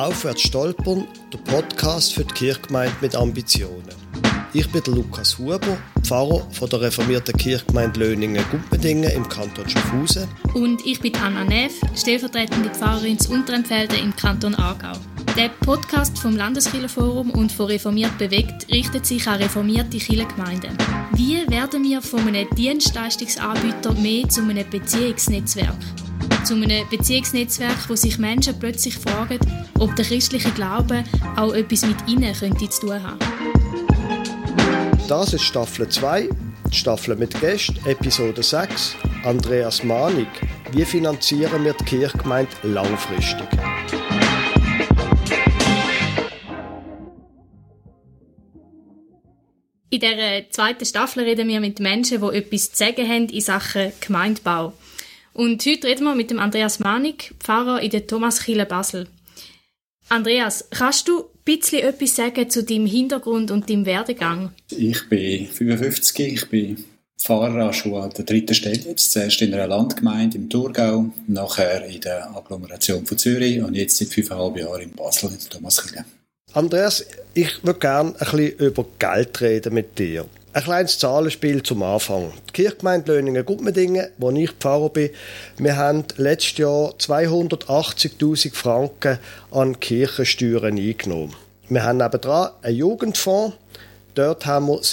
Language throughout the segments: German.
«Aufwärts stolpern», der Podcast für die Kirchgemeinde mit Ambitionen. Ich bin der Lukas Huber, Pfarrer von der reformierten Kirchgemeinde Löningen-Gumpendingen im Kanton Schaffhausen. Und ich bin Anna Neff, stellvertretende Pfarrerin zu Unterempfelde im Kanton Aargau. Der Podcast vom Landeskirchenforum und von «Reformiert bewegt» richtet sich an reformierte Kirchengemeinden. Wie werden wir von einem Dienstleistungsanbieter mehr zu einem Beziehungsnetzwerk? Zu einem Beziehungsnetzwerk, wo sich Menschen plötzlich fragen, ob der christliche Glaube auch etwas mit ihnen könnte zu tun haben. Das ist Staffel 2, Staffel mit Gästen, Episode 6. Andreas Manig. Wie finanzieren wir die Kirchgemeinde langfristig? In dieser zweiten Staffel reden wir mit Menschen, die etwas zu sagen haben in Sachen Gemeindebau. Und heute reden wir mit dem Andreas Manig, Pfarrer in der Thomaskirche Basel. Andreas, kannst du ein bisschen etwas sagen zu deinem Hintergrund und deinem Werdegang? Ich bin 55, ich bin Pfarrer schon an der 3. Stelle jetzt. Zuerst in einer Landgemeinde im Thurgau, nachher in der Agglomeration von Zürich und jetzt seit 5,5 Jahren in Basel in der Thomaskirche. Andreas, ich würde gerne ein bisschen über Geld reden mit dir. Ein kleines Zahlenspiel zum Anfang. Die Kirchgemeinde Löningen-Gumpendingen, wo ich Pfarrer bin, wir haben letztes Jahr 280'000 Franken an Kirchensteuern eingenommen. Wir haben nebenan einen Jugendfonds. Dort haben wir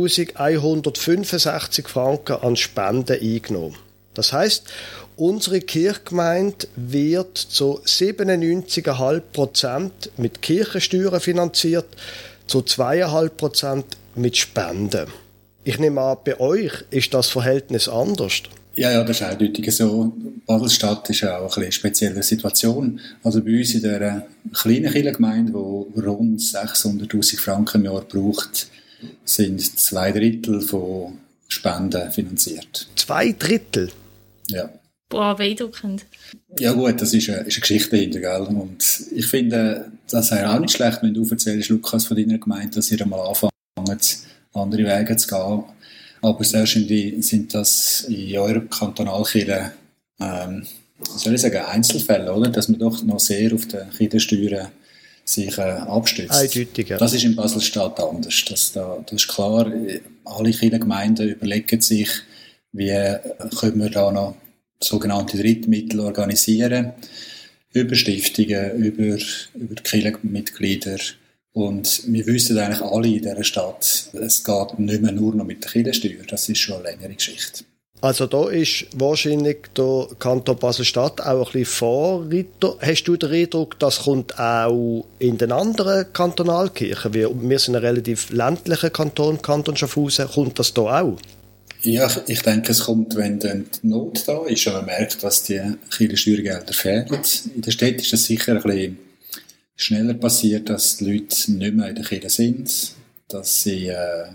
7'165 Franken an Spenden eingenommen. Das heisst, unsere Kirchgemeinde wird zu 97,5% mit Kirchensteuern finanziert, zu 2,5% mit Spenden. Ich nehme an, bei euch ist das Verhältnis anders. Ja, das ist eindeutig so. Baselstadt ist auch eine spezielle Situation. Also bei uns in dieser kleinen Kirchengemeinde, die rund 600'000 Franken im Jahr braucht, sind 2/3 von Spenden finanziert. 2/3? Ja. Boah, beeindruckend. Ja gut, das ist eine Geschichte dahinter, gell? Und ich finde, das wäre auch nicht schlecht, wenn du erzählst, Lukas, von deiner Gemeinde, dass ihr einmal anfangt, andere Wege zu gehen. Aber selbstverständlich sind das in eurer Kantonalkirche, Einzelfälle, oder? Dass man doch noch sehr auf den Kirchensteuern sich abstützt. Eindeutig, ja. Das ist in Baselstadt anders. Das ist klar. Alle Kirchengemeinden überlegen sich, wie können wir da noch sogenannte Drittmittel organisieren, über Stiftungen, über Kirchenmitglieder. Und wir wissen eigentlich alle in dieser Stadt, es geht nicht mehr nur noch mit der Kirchensteuer, das ist schon eine längere Geschichte. Also da ist wahrscheinlich der Kanton Basel-Stadt auch ein bisschen Vorreiter. Hast du den Eindruck, das kommt auch in den anderen Kantonalkirchen? Wir sind ein relativ ländlicher Kanton Schaffhausen. Kommt das da auch? Ja, ich denke, es kommt, wenn dann die Not da ist und man merkt, dass die Kirchensteuergelder fehlen. In der Stadt ist es sicher ein bisschen schneller passiert, dass die Leute nicht mehr in der Kirche sind, dass sie,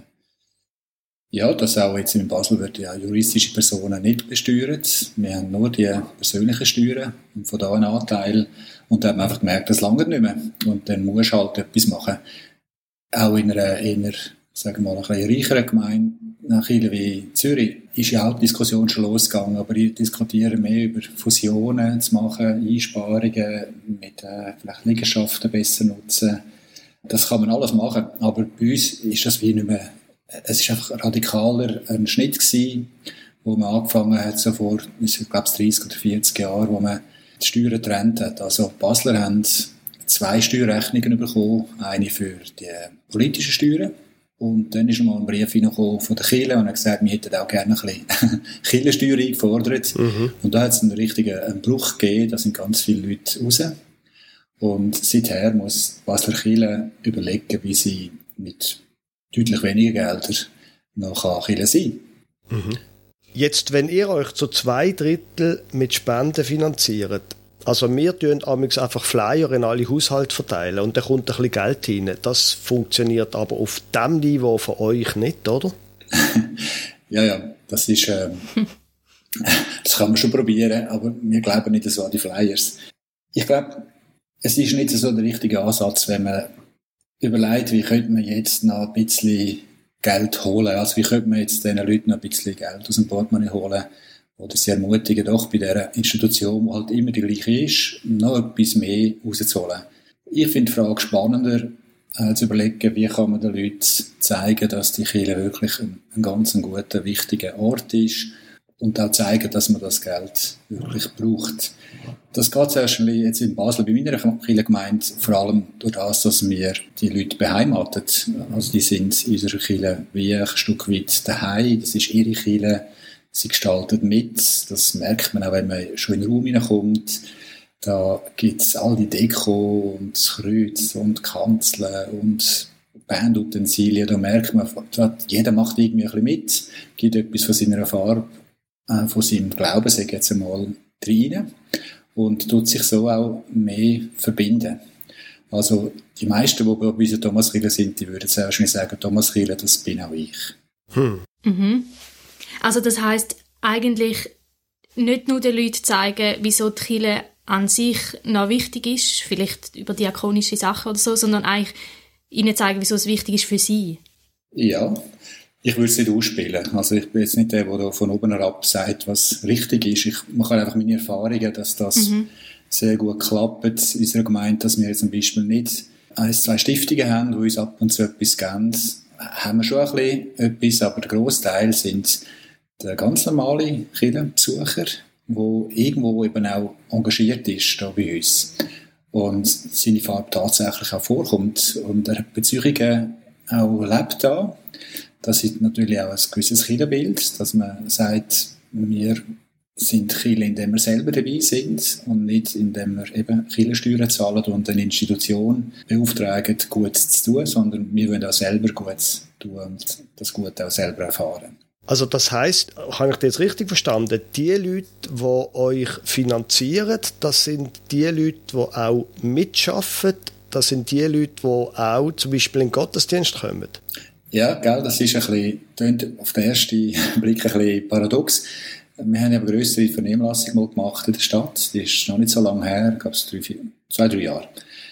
dass auch jetzt in Basel wird ja juristische Personen nicht besteuert. Wir haben nur die persönlichen Steuern und von da einen Anteil. Und dann hat man einfach gemerkt, das lange nicht mehr. Und dann muss halt etwas machen. Auch in einer eher, sagen wir mal, ein bisschen reicheren Gemeinde, nach wie Zürich, ist ja auch die Diskussion schon losgegangen, aber ich diskutiere mehr über Fusionen zu machen, Einsparungen mit vielleicht Liegenschaften besser nutzen. Das kann man alles machen, aber bei uns ist das wie nicht mehr, es ist einfach radikaler ein Schnitt gewesen, wo man angefangen hat, so vor, ich glaube, 30 oder 40 Jahren, wo man die Steuern getrennt hat. Also die Basler haben 2 Steuerrechnungen bekommen, eine für die politischen Steuern. Und dann ist mal ein Brief reingekommen von der Kirche und hat gesagt, wir hätten auch gerne ein bisschen Kirchensteuer eingefordert. Mhm. Und da hat es einen richtigen Bruch gegeben, da sind ganz viele Leute raus. Und seither muss die Basler Kirche überlegen, wie sie mit deutlich weniger Geldern noch Kirche sein kann. Mhm. Jetzt, wenn ihr euch zu 2/3 mit Spenden finanziert, also wir tun einfach Flyer in alle Haushalte verteilen und da kommt ein bisschen Geld rein. Das funktioniert aber auf dem Niveau von euch nicht, oder? Ja, das ist, das kann man schon probieren, aber wir glauben nicht so an die Flyers. Ich glaube, es ist nicht so der richtige Ansatz, wenn man überlegt, wie könnte man jetzt noch ein bisschen Geld holen, also wie könnte man jetzt diesen Leuten noch ein bisschen Geld aus dem Portemonnaie holen, oder sie ermutigen, doch bei dieser Institution, die halt immer die gleiche ist, noch etwas mehr rauszuholen. Ich finde die Frage spannender, zu überlegen, wie kann man den Leuten zeigen, dass die Kirche wirklich ein ganz guter, wichtiger Ort ist und auch zeigen, dass man das Geld wirklich braucht. Das geht zuerst jetzt in Basel bei meiner Kirchengemeinde vor allem durch das, dass wir die Leute beheimatet. Also die sind in unserer Kirche wie ein Stück weit daheim. Das ist ihre Kirche. Sie gestaltet mit. Das merkt man auch, wenn man schon in den Raum hineinkommt. Da gibt es all die Deko und das Kreuz und Kanzeln und Bandutensilien. Da merkt man, jeder macht irgendwie ein bisschen mit, gibt etwas von seiner Farbe, von seinem Glauben, sage ich jetzt einmal, rein und tut sich so auch mehr verbinden. Also die meisten, die bei unserer Thomaskirche sind, die würden sehr schnell sagen, Thomaskirche, das bin auch ich. Mhm. Also das heisst eigentlich nicht nur den Leuten zeigen, wieso die Kirche an sich noch wichtig ist, vielleicht über diakonische Sachen oder so, sondern eigentlich ihnen zeigen, wieso es wichtig ist für sie. Ja, ich würde es nicht ausspielen. Also ich bin jetzt nicht der da von oben herab sagt, was richtig ist. Ich mache einfach meine Erfahrungen, dass das sehr gut klappt in unserer Gemeinde, dass wir zum Beispiel nicht 1-2 Stiftungen haben, die uns ab und zu etwas geben. Haben wir schon ein bisschen etwas, aber der Grossteil sind der ganz normale Kirchenbesucher, der irgendwo eben auch engagiert ist da bei uns und seine Farbe tatsächlich auch vorkommt und er hat Beziehungen auch lebt da. Das ist natürlich auch ein gewisses Kirchenbild, dass man sagt, wir sind Kirche, indem wir selber dabei sind und nicht indem wir eben Kirchensteuern zahlen und eine Institution beauftragen, Gutes zu tun, sondern wir wollen auch selber Gutes tun und das Gute auch selber erfahren. Also das heisst, habe ich das jetzt richtig verstanden, die Leute, die euch finanzieren, das sind die Leute, die auch mitarbeiten, das sind die Leute, die auch zum Beispiel in den Gottesdienst kommen? Ja, gell, das ist ein bisschen, klingt auf den ersten Blick ein bisschen paradox. Wir haben ja eine grössere Vernehmlassung mal gemacht in der Stadt, die ist noch nicht so lange her, ich glaube es 2-3 Jahre.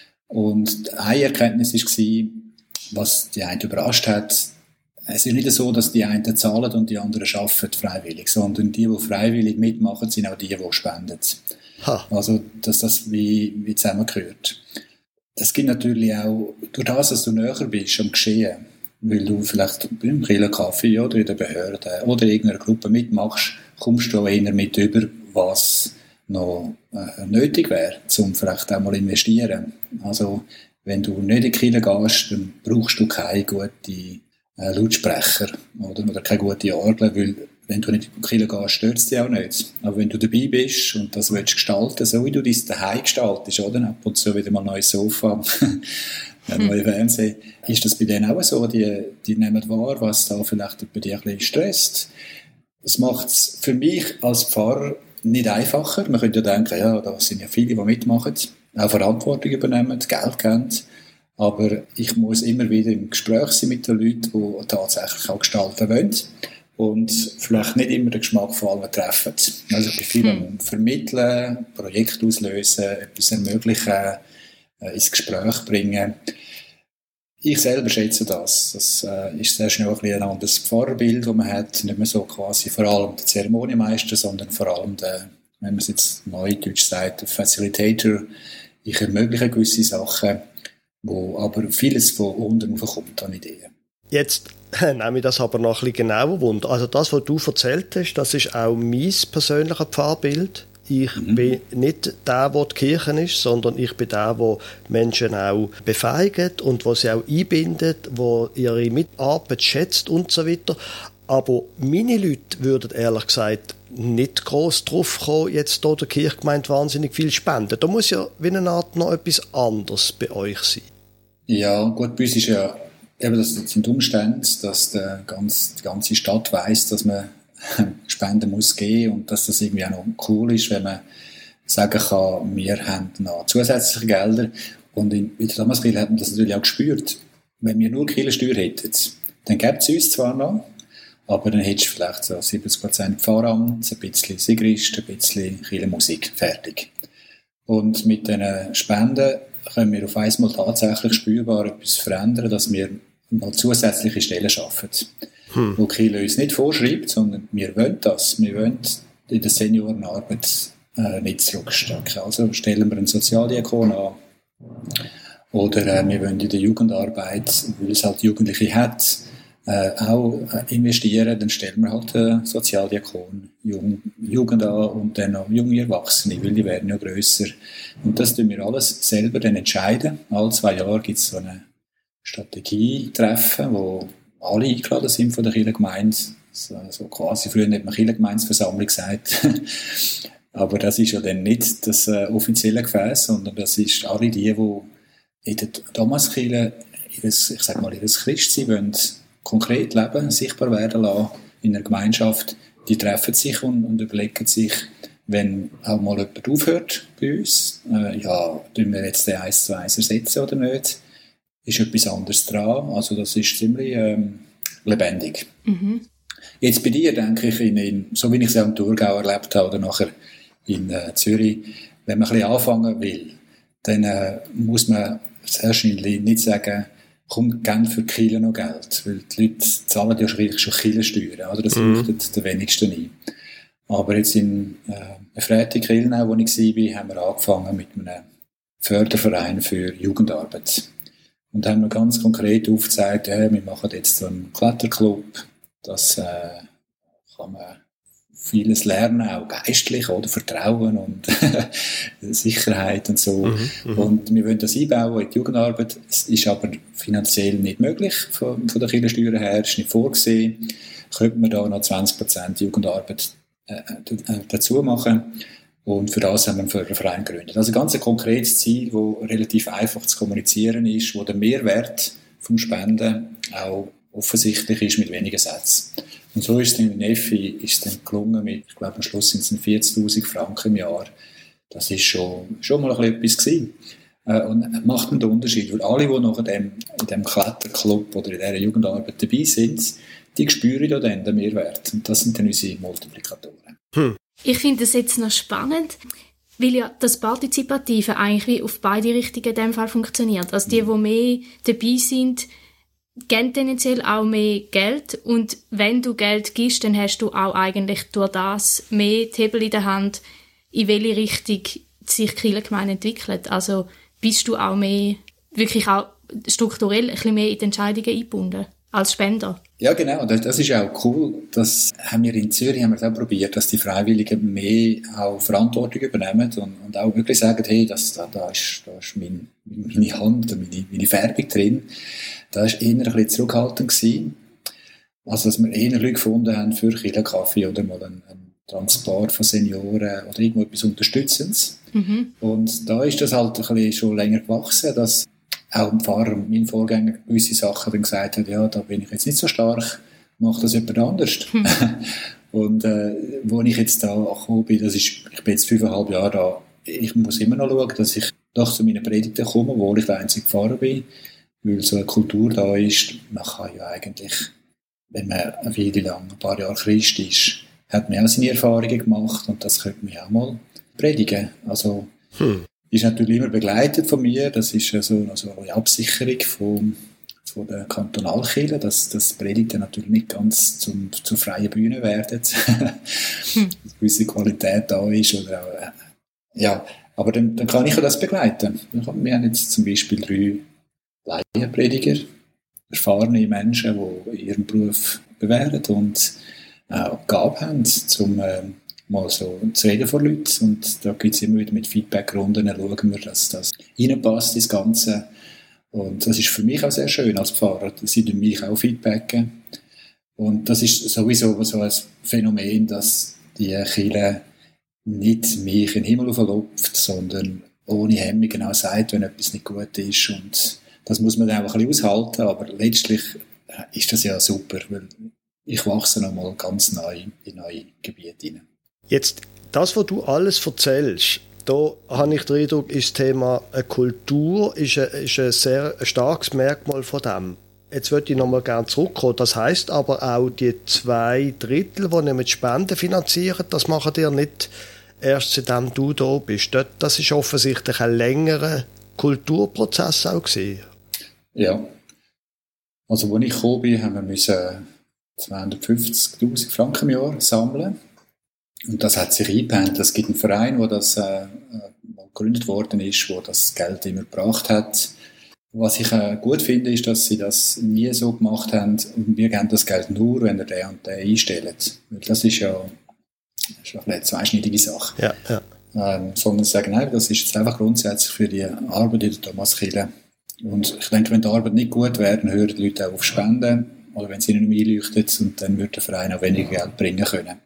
Und eine Erkenntnis war, was die einen überrascht hat, es ist nicht so, dass die einen zahlen und die anderen arbeiten freiwillig, sondern die freiwillig mitmachen, sind auch die spenden. Also, dass das wie zusammengehört. Das gibt natürlich auch, durch das, dass du näher bist am Geschehen, weil du vielleicht beim Kirchenkaffee oder in der Behörde oder in irgendeiner Gruppe mitmachst, kommst du auch eher mit über, was noch nötig wäre, um vielleicht auch mal investieren. Also, wenn du nicht in die Kirche gehst, dann brauchst du keine gute Lautsprecher oder keine gute Orgel, weil wenn du nicht in die Kirche gehst, stört es dich auch nicht. Aber wenn du dabei bist und das willst gestalten, so wie du dein Daheim gestaltest, oder? Ab und zu wieder mal ein neues Sofa, ein neues Fernsehen, ist das bei denen auch so. Die nehmen wahr, was da vielleicht bei dir ein bisschen stresst. Das macht es für mich als Pfarrer nicht einfacher. Man könnte ja denken, ja, da sind ja viele, die mitmachen, auch Verantwortung übernehmen, Geld geben. Aber ich muss immer wieder im Gespräch sein mit den Leuten, die tatsächlich auch gestalten wollen und vielleicht nicht immer den Geschmack von allen treffen. Also ich bin viel am Vermitteln, Projekte auslösen, etwas ermöglichen, ins Gespräch bringen. Ich selber schätze das. Das ist sehr schnell ein anderes Pfarrerbild, das man hat. Nicht mehr so quasi vor allem der Zeremonienmeister, sondern vor allem der, wenn man es jetzt neudeutsch sagt, der Facilitator. Ich ermögliche gewisse Sachen, wo aber vieles von unten raufkommt an Ideen. Jetzt nehme ich das aber noch ein bisschen genauer wunder. Also das, was du erzählt hast, das ist auch mein persönliches Pfarrbild. Ich bin nicht der die Kirche ist, sondern ich bin der Menschen auch befähigt und wo sie auch einbindet, wo ihre Mitarbeit schätzt und so weiter. Aber meine Leute würden ehrlich gesagt nicht gross drauf kommen, jetzt hier der Kirchgemeinde wahnsinnig viel spenden. Da muss ja wie eine Art noch etwas anderes bei euch sein. Ja, gut, bei uns ist ja eben, das sind Umstände, dass die ganze Stadt weiss, dass man Spenden muss geben und dass das irgendwie auch noch cool ist, wenn man sagen kann, wir haben noch zusätzliche Gelder. Und in der Thomaskirche hat man das natürlich auch gespürt. Wenn wir nur Kirchensteuer hätten, dann gäbe es uns zwar noch, aber dann hättest du vielleicht so 70% Pfarramt, ein bisschen Sigrist, ein bisschen Kirchenmusik fertig. Und mit diesen Spenden können wir auf einmal tatsächlich spürbar etwas verändern, dass wir noch zusätzliche Stellen schaffen. Wo Kirche uns nicht vorschreibt, sondern wir wollen das. Wir wollen in der Seniorenarbeit nicht zurückstecken. Also stellen wir einen Sozialdiakon an Oder wir wollen in der Jugendarbeit, weil es halt Jugendliche hat, auch investieren. Dann stellen wir halt Sozialdiakon, Jugend an und dann noch junge Erwachsene, weil die werden ja grösser. Und das tun wir alles selber dann entscheiden. Alle 2 Jahre gibt es so eine Strategietreffen, wo alle eingeladen sind von der Kirchengemeinde. So quasi, früher hat man Kirchengemeindeversammlung gesagt. Aber das ist ja dann nicht das offizielle Gefäß, sondern das ist alle die in der Thomaskirche, ich sag mal, ihr Christsein wollen konkret leben, sichtbar werden lassen in einer Gemeinschaft. Die treffen sich und überlegen sich, wenn auch mal jemand aufhört bei uns, tun wir jetzt den 1 zu 1 ersetzen oder nicht? Ist etwas anderes dran? Also das ist ziemlich lebendig. Mhm. Jetzt bei dir denke ich, so wie ich es auch im Thurgau erlebt habe oder nachher in Zürich, wenn man ein bisschen anfangen will, dann muss man wahrscheinlich nicht sagen, kommt gerne für die Kirche noch Geld, weil die Leute zahlen ja schon Kirchensteuern, oder? Das leuchtet der wenigsten ein. Aber jetzt in Freitag-Kirchenau, wo ich war, haben wir angefangen mit einem Förderverein für Jugendarbeit. Und haben wir ganz konkret aufgezeigt, wir machen jetzt so einen Kletterclub, das kann man vieles lernen, auch geistlich, oder Vertrauen und Sicherheit und so. Und wir wollen das einbauen in die Jugendarbeit. Es ist aber finanziell nicht möglich von der Kirchensteuer her, ist nicht vorgesehen. Könnte man da noch 20% Jugendarbeit dazu machen. Und für das haben wir einen Förderverein gegründet. Also ganz ein konkretes Ziel, das relativ einfach zu kommunizieren ist, wo der Mehrwert vom Spenden auch offensichtlich ist mit wenigen Sätzen. Und so ist es in Neffi dann gelungen mit, ich glaube am Schluss sind es 40'000 Franken im Jahr. Das ist schon mal ein bisschen etwas gewesen. Und macht einen Unterschied, weil alle, die noch in dem Kletterclub oder in dieser Jugendarbeit dabei sind, die spüren ja dann den Mehrwert. Und das sind dann unsere Multiplikatoren. Ich finde das jetzt noch spannend, weil ja das Partizipative eigentlich wie auf beide Richtungen in dem Fall funktioniert. Also die mehr dabei sind, geben tendenziell auch mehr Geld, und wenn du Geld gibst, dann hast du auch eigentlich durch das mehr die Hebel in der Hand, in welche Richtung sich die Kirchengemeinde entwickelt. Also bist du auch mehr, wirklich auch strukturell ein bisschen mehr in die Entscheidungen eingebunden als Spender. Ja, genau. Das ist auch cool. Das haben wir in Zürich auch probiert, dass die Freiwilligen mehr auch Verantwortung übernehmen und auch wirklich sagen, hey, da ist meine Hand, meine Färbung drin. Da war eher ein bisschen zurückhaltend gewesen. Also, dass wir eher Leute gefunden haben für Kirchenkaffee oder mal einen Transport von Senioren oder irgendwo etwas Unterstützendes. Und da ist das halt ein bisschen schon länger gewachsen, dass auch ein Pfarrer, mein Vorgänger, gewisse Sachen dann gesagt hat, ja, da bin ich jetzt nicht so stark, macht das jemand anders. Und wo ich jetzt da gekommen bin, ich bin jetzt 5,5 Jahre da, ich muss immer noch schauen, dass ich doch zu meinen Predigten komme, obwohl ich der einzige Pfarrer bin, weil so eine Kultur da ist. Man kann ja eigentlich, wenn man eine Weile lang, ein paar Jahre Christ ist, hat man auch seine Erfahrungen gemacht und das könnte man auch mal predigen. Also ist natürlich immer begleitet von mir. Das ist so eine Absicherung von der Kantonalkirche, dass Predigten natürlich nicht ganz zur freien Bühne werden. Dass eine gewisse Qualität da ist. Oder auch, aber dann kann ich das begleiten. Wir haben jetzt zum Beispiel 3 Laienprediger, erfahrene Menschen, die ihren Beruf bewähren und auch Gabe haben, um mal so zu reden vor Leuten. Und da gibt es immer wieder mit Feedbackrunden, schauen wir, dass das reinpasst ins Ganze. Und das ist für mich auch sehr schön als Pfarrer. Sie tun mich auch feedbacken. Und das ist sowieso so ein Phänomen, dass die Kirche nicht mich in den Himmel verlopft, sondern ohne Hemmungen auch sagt, wenn etwas nicht gut ist. Und das muss man dann auch ein bisschen aushalten, aber letztlich ist das ja super, weil ich wachse nochmal ganz neu in neue Gebiete hinein. Jetzt, das, was du alles erzählst, da habe ich den Eindruck, ist das Thema Kultur ist ein sehr starkes Merkmal von dem. Jetzt würde ich nochmal gerne zurückkommen. Das heisst aber auch, die 2/3, die mit Spenden finanzieren, das machen die nicht erst seitdem du da bist. Das ist offensichtlich ein längerer Kulturprozess auch gewesen. Ja. Also, als ich gekommen bin, haben wir 250'000 Franken im Jahr sammeln. Und das hat sich eingependelt. Es gibt einen Verein, wo das gegründet worden ist, wo das Geld immer gebracht hat. Was ich gut finde, ist, dass sie das nie so gemacht haben, und wir geben das Geld nur, wenn ihr den und den einstellt. Weil das ist ja eine zweischneidige Sache. Ja, ja. Sondern sie sagen, nein, das ist jetzt einfach grundsätzlich für die Arbeit in der Thomaskirche. Und ich denke, wenn die Arbeit nicht gut wäre, dann hören die Leute auch auf Spenden, oder wenn es ihnen nicht einleuchtet, und dann würde der Verein auch weniger Geld bringen können.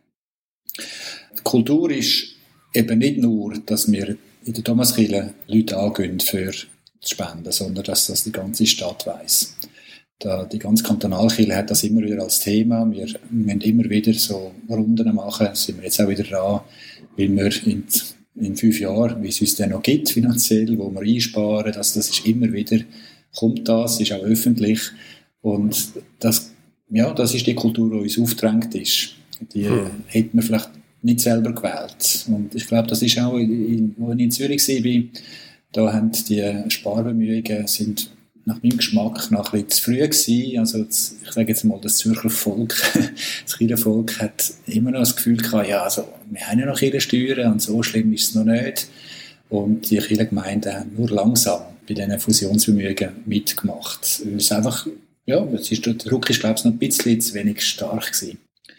Die Kultur ist eben nicht nur, dass wir in der Thomaskirche Leute angehen für zu spenden, sondern dass das die ganze Stadt weiss. Die ganze Kantonalkirche hat das immer wieder als Thema. Wir müssen immer wieder so Runden machen. Sind wir jetzt auch wieder dran, weil wir in 5 Jahren, wie es uns dann noch gibt finanziell, wo wir einsparen, das ist immer wieder, kommt das, ist auch öffentlich. Und das ist die Kultur, die uns aufgedrängt ist. Die hätte man vielleicht nicht selber gewählt. Und ich glaube, das ist auch, als ich in Zürich war, da haben die Sparbemühungen sind nach meinem Geschmack noch ein bisschen zu früh gewesen. Also ich sage jetzt mal, das Zürcher Volk, das Kirchenvolk hat immer noch das Gefühl gehabt, ja, also wir haben ja noch Kirchensteuern und so schlimm ist es noch nicht. Und die Kirchengemeinden haben nur langsam bei diesen Fusionsbemühungen mitgemacht. Weil es einfach, der Druck ist, glaube ich, noch ein bisschen zu wenig stark gewesen.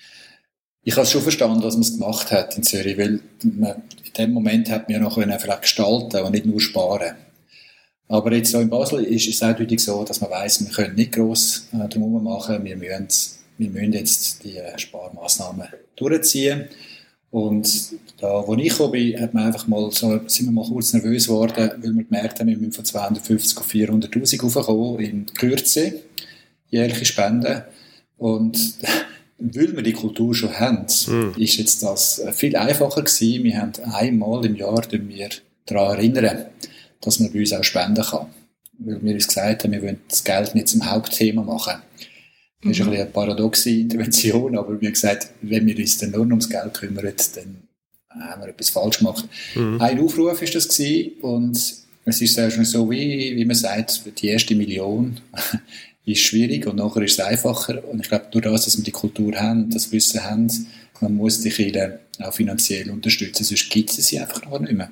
Ich habe schon verstanden, dass man es gemacht hat in Zürich, weil in dem Moment hat man ja noch vielleicht gestalten und nicht nur sparen. Aber jetzt so in Basel ist es eindeutig so, dass man weiss, wir können nicht gross drum machen, wir müssen jetzt die Sparmaßnahmen durchziehen. Und da, wo ich gekommen bin, sind wir mal kurz nervös geworden, weil wir gemerkt haben, wir müssen von 250 auf 400'000 raufkommen in Kürze, jährliche Spenden. Und weil wir die Kultur schon haben, ist jetzt das viel einfacher gewesen. Wir haben einmal im Jahr daran erinnern, dass man bei uns auch spenden kann. Weil wir uns gesagt haben, wir wollen das Geld nicht zum Hauptthema machen. Das ist ein bisschen eine paradoxe Intervention, aber wir haben gesagt, wenn wir uns dann nur ums Geld kümmern, dann haben wir etwas falsch gemacht. Ein Aufruf war das gewesen, und es ist ja schon so, wie man sagt, die erste Million ist schwierig und nachher ist es einfacher. Und ich glaube, durch das, dass wir die Kultur haben, das Wissen haben, man muss die Kirche auch finanziell unterstützen, sonst gibt es sie einfach noch nicht mehr.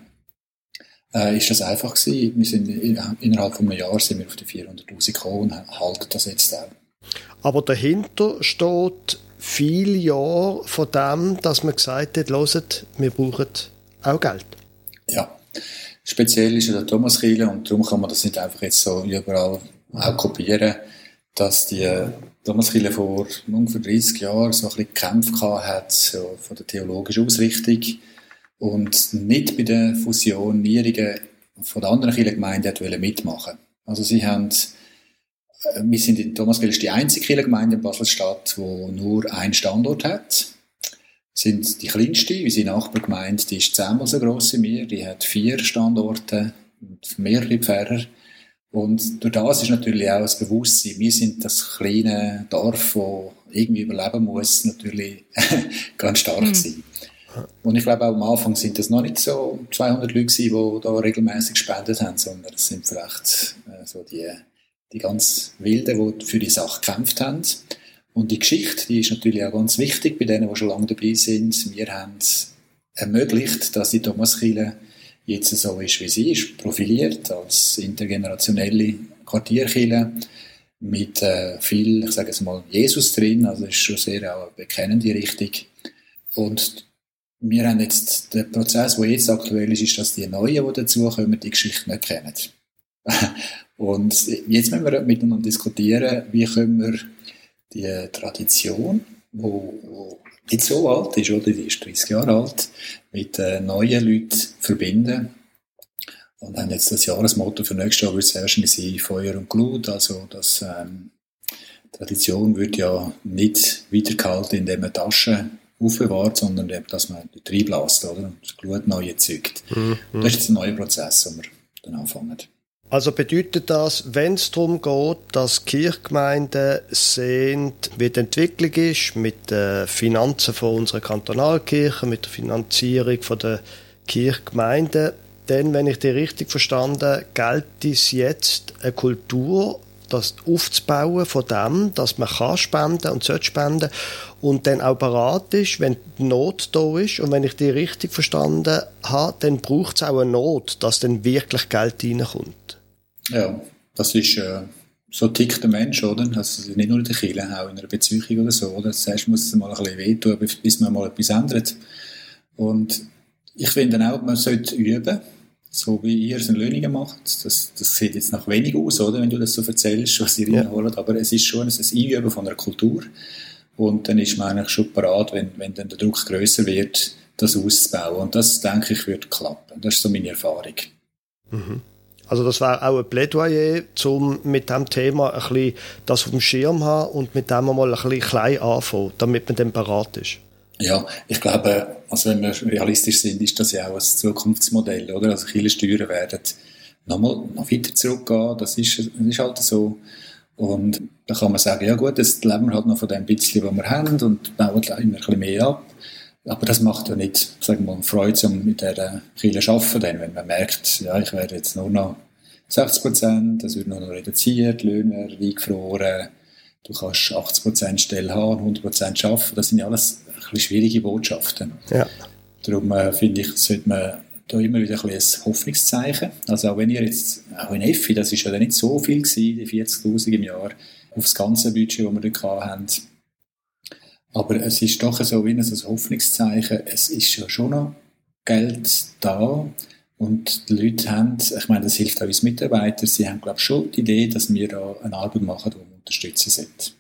Ist das einfach gewesen. Wir sind innerhalb von einem Jahr sind wir auf die 400'000 gekommen und halten das jetzt auch. Aber dahinter steht viele Jahre von dem, dass man gesagt hat, hört, wir brauchen auch Geld. Ja, speziell ist ja der Thomaskirche, und darum kann man das nicht einfach jetzt so überall auch kopieren, dass die Thomaskirche vor ungefähr 30 Jahren so ein bisschen gekämpft hat, so von der theologischen Ausrichtung, und nicht bei den Fusionierungen von den anderen Kirchengemeinden mitmachen. Also wir sind in Thomaskirche die einzige Kirchengemeinde in Basel-Stadt, die nur einen Standort hat. Sind die kleinste, unsere Nachbargemeinde, die ist 10-mal so gross wie wir, die hat 4 Standorte und mehrere Pfarrer. Und durch das ist natürlich auch das Bewusstsein, wir sind das kleine Dorf, das irgendwie überleben muss, natürlich ganz stark sein. Und ich glaube, auch am Anfang sind das noch nicht so 200 Leute gewesen, die da regelmäßig gespendet haben, sondern es sind vielleicht so die ganz Wilden, die für die Sache gekämpft haben. Und die Geschichte, die ist natürlich auch ganz wichtig bei denen, die schon lange dabei sind. Wir haben ermöglicht, dass die Thomaskirche jetzt so ist, wie sie ist, profiliert als intergenerationelle Quartierkirche mit viel, ich sage es mal, Jesus drin, also ist schon sehr auch eine bekennende Richtung. Und wir haben jetzt, der Prozess, der jetzt aktuell ist, dass die Neuen, die dazukommen, die Geschichte nicht kennen. Und jetzt müssen wir miteinander diskutieren, wie können wir die Tradition, die nicht so alt ist, oder die ist 30 Jahre alt, mit neuen Leuten verbinden. Und haben jetzt das Jahresmotto für nächstes Jahr, wird es wahrscheinlich sein, Feuer und Glut. Also das Tradition wird ja nicht weitergehalten, indem man Taschen aufbewahrt, sondern dass man reinbläst, oder? Und das Glut neu erzeugt. Das ist jetzt ein neuer Prozess, den wir dann anfangen. Also bedeutet das, wenn es darum geht, dass Kirchgemeinden sehen, wie die Entwicklung ist, mit den Finanzen von unserer Kantonalkirche, mit der Finanzierung von der Kirchgemeinden, dann, wenn ich die richtig verstanden, gilt es jetzt eine Kultur, das aufzubauen von dem, dass man kann spenden und sollte spenden und dann auch bereit ist, wenn die Not da ist. Und wenn ich die richtig verstanden habe, dann braucht es auch eine Not, dass dann wirklich Geld reinkommt. Ja, das ist so tickt der Mensch, oder? Also nicht nur in der Kirche, auch in einer Beziehung oder so, oder? Zuerst muss es mal ein bisschen wehtun, bis man mal etwas ändert. Und ich finde auch, man sollte üben, so wie ihr es in Löningen macht. Das sieht jetzt nach wenig aus, oder? Wenn du das so erzählst, was ihr reinholt. Aber es ist schon ein Einüben von einer Kultur. Und dann ist man eigentlich schon parat, wenn dann der Druck grösser wird, das auszubauen. Und das, denke ich, wird klappen. Das ist so meine Erfahrung. Mhm. Also das wäre auch ein Plädoyer, um mit diesem Thema ein bisschen das auf dem Schirm zu haben und mit dem mal ein bisschen klein anfangen, damit man dann parat ist. Ja, ich glaube, also wenn wir realistisch sind, ist das ja auch ein Zukunftsmodell, oder? Also viele Steuern werden noch weiter zurückgehen, das ist halt so. Und da kann man sagen, ja gut, jetzt leben wir halt noch von dem bisschen, was wir haben und bauen immer ein bisschen mehr ab. Aber das macht ja nicht, sagen wir mal, Freude, um mit dieser Kirche zu arbeiten, denn wenn man merkt, ja, ich werde jetzt nur noch 60%, das wird nur noch reduziert, Löhne eingefroren, du kannst 80% Stelle haben, 100% arbeiten, das sind ja alles ein bisschen schwierige Botschaften. Ja. Darum finde ich, sollte man da immer wieder ein bisschen ein Hoffnungszeichen, also auch wenn ihr jetzt, auch in EFI, das ist ja nicht so viel gewesen, die 40'000 im Jahr, auf das ganze Budget, das wir dort hatten. Aber es ist doch so wie ein Hoffnungszeichen. Es ist ja schon noch Geld da und die Leute haben, ich meine, das hilft auch uns Mitarbeitern, sie haben, glaube ich, schon die Idee, dass wir da eine Arbeit machen, die wir unterstützen sollten.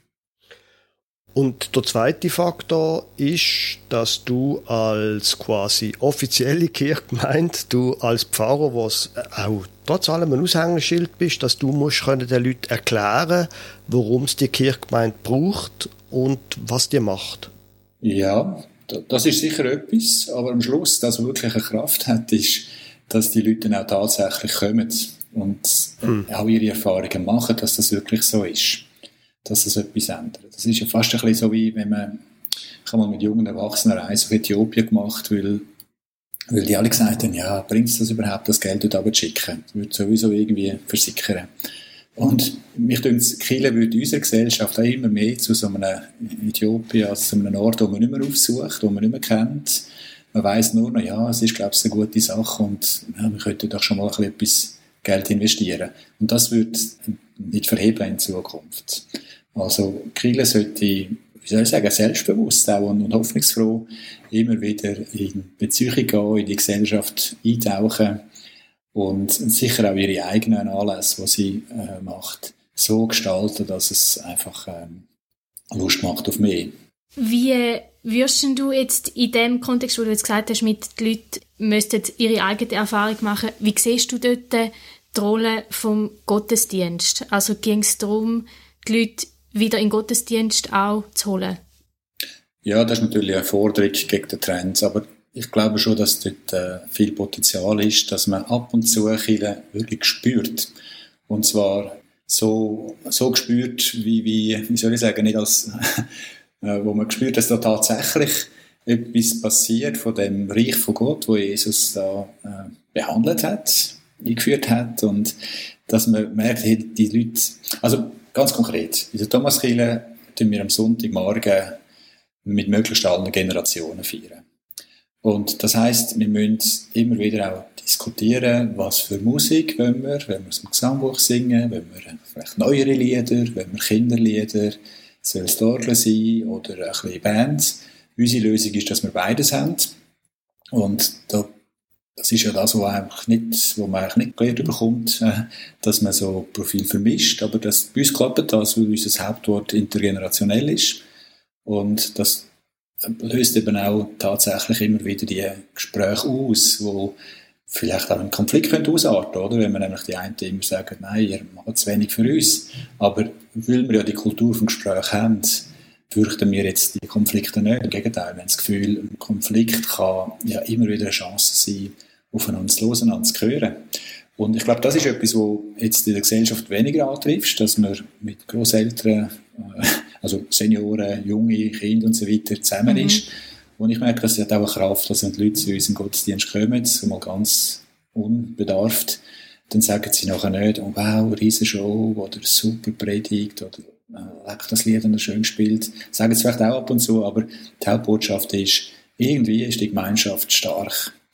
Und der zweite Faktor ist, dass du als quasi offizielle Kirchgemeinde, du als Pfarrer, was auch trotz allem ein Aushängeschild bist, dass du musst den Leuten erklären, warum es die Kirchgemeinde braucht und was die macht. Ja, das ist sicher etwas, aber am Schluss, das, was wirklich eine Kraft hat, ist, dass die Leute dann auch tatsächlich kommen und auch ihre Erfahrungen machen, dass das wirklich so ist, dass das etwas ändert. Das ist ja fast ein bisschen so, wie wenn man, ich habe mal mit jungen Erwachsenen eine Reise auf Äthiopien gemacht, weil die alle gesagt haben, ja, bringt es das überhaupt, das Geld dort runterzuschicken? Das würde sowieso irgendwie versickern. Und mich denke, Kirche würde in unserer Gesellschaft auch immer mehr zu so einem Äthiopien, also zu einem Ort, den man nicht mehr aufsucht, den man nicht mehr kennt. Man weiss nur noch, ja, es ist, glaube ich, eine gute Sache und ja, wir könnten doch schon mal ein bisschen Geld investieren. Und das wird nicht verheben in Zukunft. Also Kirche sollte, wie soll ich sagen, selbstbewusst auch und hoffnungsfroh immer wieder in Beziehung gehen, in die Gesellschaft eintauchen und sicher auch ihre eigenen Anlässe, die sie macht, so gestalten, dass es einfach Lust macht auf mehr. Wie würdest du jetzt in dem Kontext, wo du jetzt gesagt hast, mit den Leuten müssten ihre eigene Erfahrung machen, wie siehst du dort die Rolle vom Gottesdienst? Also ging es darum, die Leute wieder in den Gottesdienst auch zu holen? Ja, das ist natürlich eine Forderung gegen den Trend, aber ich glaube schon, dass dort viel Potenzial ist, dass man ab und zu Kirche wirklich spürt. Und zwar so gespürt, wie soll ich sagen, nicht als, wo man spürt, dass da tatsächlich etwas passiert von dem Reich von Gott, wo Jesus da behandelt hat, eingeführt hat und dass man merkt, hey, die Leute, also ganz konkret, in der Thomaskirche tun wir am Sonntagmorgen mit möglichst allen Generationen feiern. Und das heisst, wir müssen immer wieder auch diskutieren, was für Musik wollen wir aus dem Gesangbuch singen, wollen wir vielleicht neuere Lieder, wollen wir Kinderlieder, soll es Orgel sein oder ein bisschen Bands. Unsere Lösung ist, dass wir beides haben. Und das ist ja das, wo man eigentlich nicht gelernt bekommt, dass man so Profil vermischt. Aber bei uns klappt das, weil unser Hauptwort intergenerationell ist. Und das löst eben auch tatsächlich immer wieder die Gespräche aus, wo vielleicht auch einen Konflikt ausarten können, oder? Wenn man nämlich die einen immer sagen, nein, ihr macht zu wenig für uns. Aber weil wir ja die Kultur vom Gespräch haben, fürchten wir jetzt die Konflikte nicht. Im Gegenteil, wir haben das Gefühl, ein Konflikt kann ja immer wieder eine Chance sein, aufeinander zu hören, einander zu hören. Und ich glaube, das ist etwas, was jetzt in der Gesellschaft weniger antrifft, dass man mit Grosseltern, also Senioren, junge Kinder und so weiter zusammen ist. Und ich merke, das hat auch eine Kraft, dass wenn die Leute zu uns im Gottesdienst kommen, so mal ganz unbedarft, dann sagen sie nachher nicht, oh wow, riesen Show oder super Predigt oder leck, das Lied und schön gespielt. Sagen sie vielleicht auch ab und zu, aber die Hauptbotschaft ist, irgendwie ist die Gemeinschaft stark.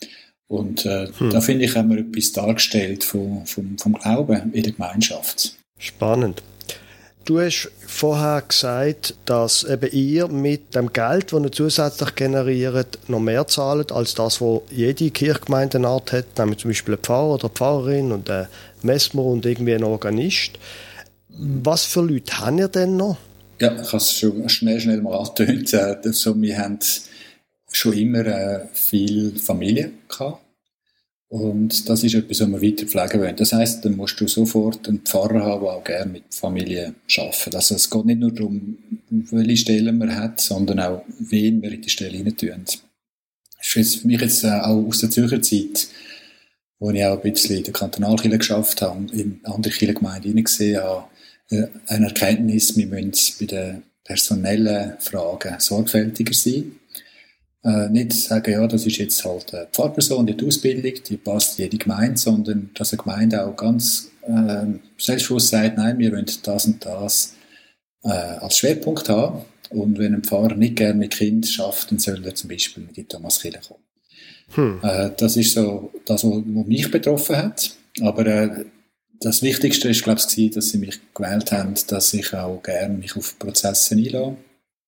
Und da finde ich, haben wir etwas dargestellt vom Glauben in der Gemeinschaft. Spannend. Du hast vorher gesagt, dass eben ihr mit dem Geld, das ihr zusätzlich generiert, noch mehr zahlt, als das, was jede Kirchgemeinde eine Art hat, nämlich zum Beispiel ein Pfarrer oder eine Pfarrerin und ein Messmer und irgendwie ein Organist. Was für Leute haben ihr denn noch? Ja, ich habe es schon schnell mal angetönt. Also, wir haben schon immer viel Familie gehabt. Und das ist etwas, was wir weiter pflegen wollen. Das heisst, dann musst du sofort einen Pfarrer haben, der auch gerne mit Familie arbeitet. Also es geht nicht nur darum, welche Stellen man hat, sondern auch, wen wir in die Stelle hinein tun. Das ist jetzt für mich jetzt auch aus der Zürcher Zeit, wo ich auch ein bisschen in der Kantonalkirche geschafft habe und in andere Kirchengemeinden hineingesehen habe, eine Erkenntnis, wir müssen bei den personellen Fragen sorgfältiger sein. Nicht sagen, ja, das ist jetzt halt eine Pfarrperson, die Ausbildung, die passt in jede Gemeinde, sondern dass eine Gemeinde auch ganz selbstbewusst sagt, nein, wir wollen das und das als Schwerpunkt haben. Und wenn ein Pfarrer nicht gerne mit Kind schafft, dann soll er zum Beispiel mit in die Thomaskirche kommen. Das ist so das, was mich betroffen hat. Aber das Wichtigste ist, glaube ich, dass sie mich gewählt haben, dass ich auch gerne mich auf Prozesse einlasse.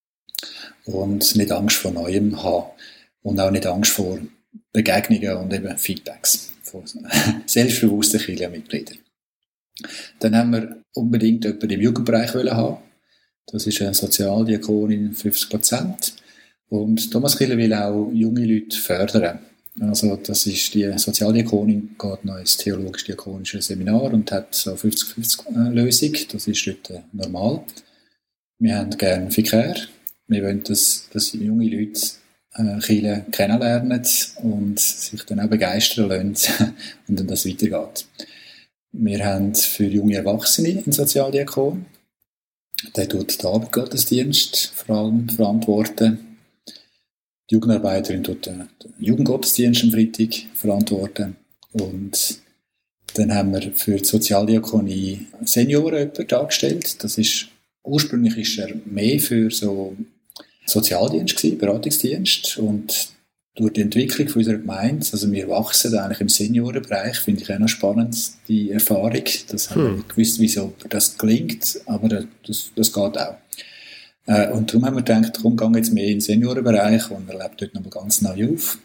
Und nicht Angst vor Neuem haben. Und auch nicht Angst vor Begegnungen und eben Feedbacks von selbstbewussten Kirchenmitgliedern. Dann haben wir unbedingt jemanden im Jugendbereich haben. Das ist eine Sozialdiakonin 50%. Und Thomaskirche will auch junge Leute fördern. Also das ist die Sozialdiakonin, geht noch ins theologisch-diakonische Seminar und hat so 50-50-Lösung. Das ist dort normal. Wir haben gerne Verkehr. Wir wollen, dass junge Leute Kirche kennenlernen und sich dann auch begeistern lassen und dann das weitergeht. Wir haben für junge Erwachsene einen Sozialdiakon. Der tut den Abendgottesdienst vor allem verantworten. Die Jugendarbeiterin tut den Jugendgottesdienst am Freitag verantworten. Und dann haben wir für die Sozialdiakonie Senioren jemanden dargestellt. Ursprünglich ist er mehr für so Sozialdienst gewesen, Beratungsdienst. Und durch die Entwicklung von unserer Gemeinde, also wir wachsen eigentlich im Seniorenbereich, finde ich auch noch spannend, die Erfahrung. Das haben wir nicht gewusst, wieso das gelingt, aber das geht auch. Und darum haben wir gedacht, komm, gehen jetzt mehr in den Seniorenbereich und er lebt dort nochmal ganz neu auf.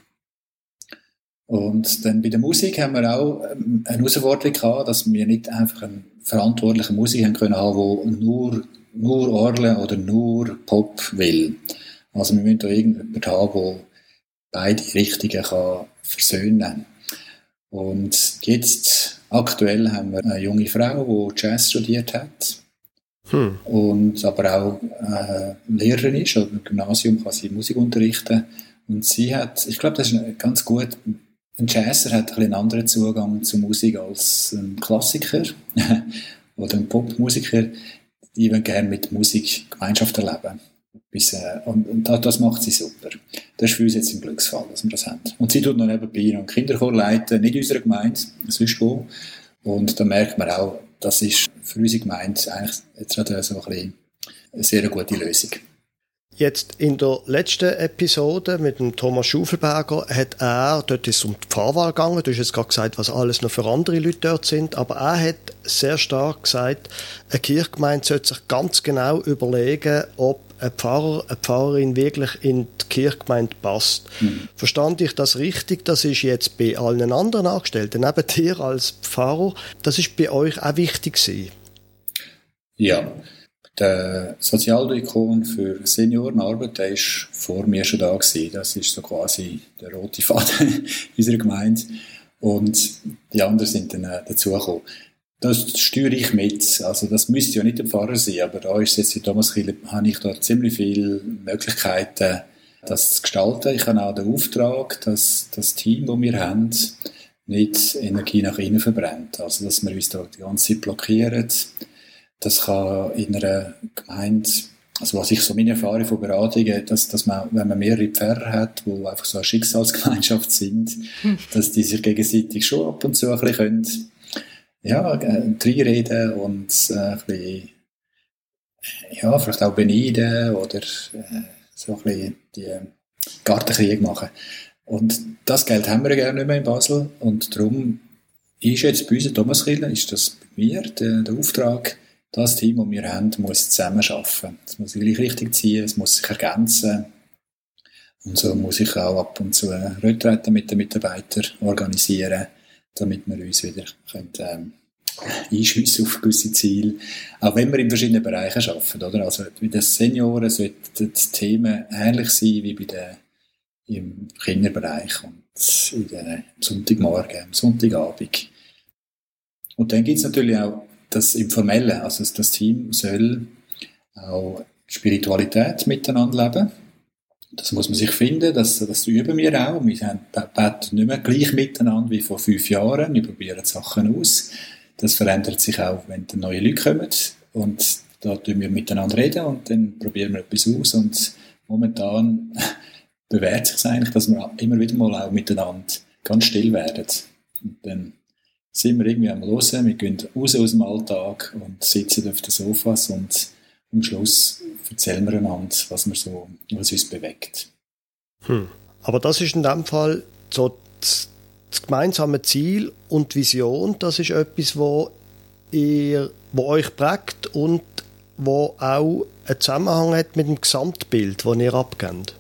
Und dann bei der Musik haben wir auch eine Herausforderung gehabt, dass wir nicht einfach einen verantwortlichen Musiker haben können haben, der nur Orgel oder nur Pop will. Also wir müssen da irgendjemanden haben, der beide Richtungen kann versöhnen kann. Und jetzt, aktuell, haben wir eine junge Frau, die Jazz studiert hat. Und aber auch Lehrerin ist, also im Gymnasium kann sie Musik unterrichten. Und sie hat, ich glaube, das ist ganz gut, ein Jazzer hat ein bisschen einen anderen Zugang zur Musik als ein Klassiker oder ein Popmusiker. Die wollen gerne mit Musik Gemeinschaft erleben. Und das macht sie super. Das ist für uns jetzt ein Glücksfall, dass wir das haben. Und sie tut noch nebenbei noch einen Kinderchor leiten, nicht in unserer Gemeinde, sonst wo. Und da merkt man auch, das ist für unsere Gemeinde eigentlich jetzt gerade so ein bisschen eine sehr gute Lösung. Jetzt in der letzten Episode mit dem Thomas Schaufelberger dort ist es um die Pfarrwahl gegangen, du hast jetzt gerade gesagt, was alles noch für andere Leute dort sind, aber er hat sehr stark gesagt, eine Kirchgemeinde sollte sich ganz genau überlegen, ob ein Pfarrer, eine Pfarrerin wirklich in die Kirchgemeinde passt. Verstand ich das richtig? Das ist jetzt bei allen anderen Angestellten, neben dir als Pfarrer, das ist bei euch auch wichtig gewesen? Ja. Der Sozialdiakon für Seniorenarbeit, der ist vor mir schon da gewesen. Das ist so quasi der rote Faden unserer Gemeinde. Und die anderen sind dann dazugekommen. Das steuere ich mit. Also das müsste ja nicht der Pfarrer sein, aber da ist jetzt in Thomaskirche, habe ich da ziemlich viele Möglichkeiten, das zu gestalten. Ich habe auch den Auftrag, dass das Team, das wir haben, nicht Energie nach innen verbrennt. Also dass wir uns da die ganze Zeit blockieren. Das kann in einer Gemeinde, also was ich so meine Erfahrung von Beratungen, dass man, wenn man mehrere Pfarrer hat, die einfach so eine Schicksalsgemeinschaft sind, dass die sich gegenseitig schon ab und zu ein bisschen reinreden und ein bisschen, vielleicht auch beneiden oder so ein bisschen die Gartenkrieg machen. Und das Geld haben wir ja gerne nicht mehr in Basel. Und darum ist jetzt bei uns in Thomaskirche, ist das bei mir der Auftrag, das Team, das wir haben, muss zusammen arbeiten. Es muss sich gleich richtig ziehen, es muss sich ergänzen. Und so muss ich auch ab und zu Retreten mit den Mitarbeitern organisieren, damit wir uns wieder einschiessen auf gewisse Ziele. Auch wenn wir in verschiedenen Bereichen arbeiten, oder? Also bei den Senioren sollten die Themen ähnlich sein wie im Kinderbereich und in den Sonntagmorgen, am Sonntagabend. Und dann gibt es natürlich auch das Informelle, also das Team soll auch Spiritualität miteinander leben. Das muss man sich finden, das üben wir auch. Wir beten nicht mehr gleich miteinander wie vor 5 Jahren, wir probieren Sachen aus. Das verändert sich auch, wenn dann neue Leute kommen und da tun wir miteinander reden und dann probieren wir etwas aus und momentan bewährt sich eigentlich, dass wir immer wieder mal auch miteinander ganz still werden. Und dann sind wir irgendwie am Hören, wir gehen raus aus dem Alltag und sitzen auf den Sofas und am Schluss erzählen wir einander, was uns bewegt. Aber das ist in dem Fall so das gemeinsame Ziel und Vision, das ist etwas, wo euch prägt und wo auch einen Zusammenhang hat mit dem Gesamtbild, das ihr abgebt.